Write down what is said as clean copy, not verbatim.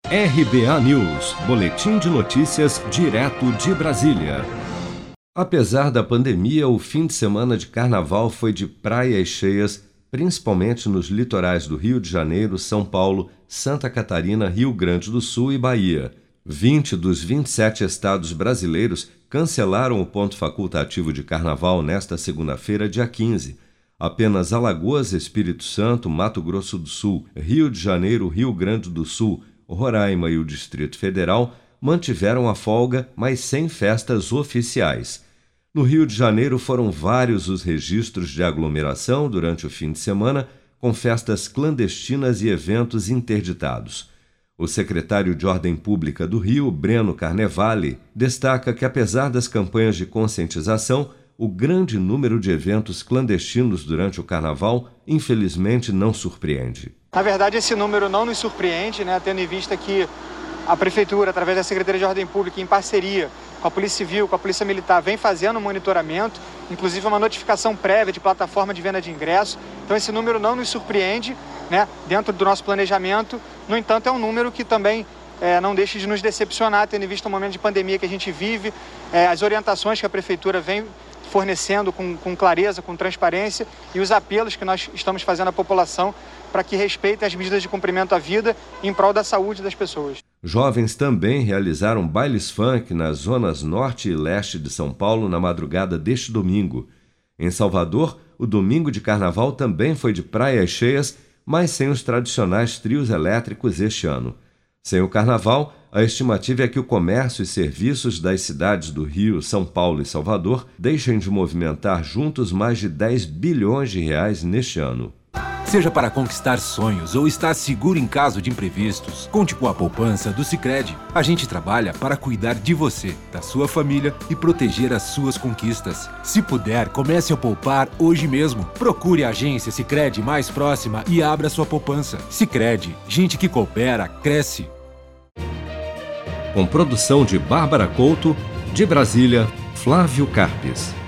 RBA News, boletim de notícias direto de Brasília. Apesar da pandemia, o fim de semana de carnaval foi de praias cheias, principalmente nos litorais do Rio de Janeiro, São Paulo, Santa Catarina, Rio Grande do Sul e Bahia. 20 dos 27 estados brasileiros cancelaram o ponto facultativo de carnaval nesta segunda-feira, dia 15. Apenas Alagoas, Espírito Santo, Mato Grosso do Sul, Rio de Janeiro, Rio Grande do Sul, Roraima e o Distrito Federal mantiveram a folga, mas sem festas oficiais. No Rio de Janeiro foram vários os registros de aglomeração durante o fim de semana, com festas clandestinas e eventos interditados. O secretário de Ordem Pública do Rio, Breno Carnevale, destaca que, apesar das campanhas de conscientização, o grande número de eventos clandestinos durante o Carnaval, infelizmente, não surpreende. Na verdade, esse número não nos surpreende, tendo em vista que a Prefeitura, através da Secretaria de Ordem Pública, em parceria com a Polícia Civil, com a Polícia Militar, vem fazendo um monitoramento, inclusive uma notificação prévia de plataforma de venda de ingressos. Então, esse número não nos surpreende, dentro do nosso planejamento. No entanto, é um número que também não deixa de nos decepcionar, tendo em vista o momento de pandemia que a gente vive, as orientações que a Prefeitura vem fornecendo com clareza, com transparência, e os apelos que nós estamos fazendo à população para que respeitem as medidas de cumprimento à vida em prol da saúde das pessoas. Jovens também realizaram bailes funk nas zonas norte e leste de São Paulo na madrugada deste domingo. Em Salvador, o domingo de carnaval também foi de praias cheias, mas sem os tradicionais trios elétricos este ano. Sem o carnaval, a estimativa é que o comércio e serviços das cidades do Rio, São Paulo e Salvador deixem de movimentar juntos mais de 10 bilhões de reais neste ano. Seja para conquistar sonhos ou estar seguro em caso de imprevistos, conte com a poupança do Sicredi. A gente trabalha para cuidar de você, da sua família e proteger as suas conquistas. Se puder, comece a poupar hoje mesmo. Procure a agência Sicredi mais próxima e abra sua poupança. Sicredi, gente que coopera, cresce. Com produção de Bárbara Couto, de Brasília, Flávio Carpes.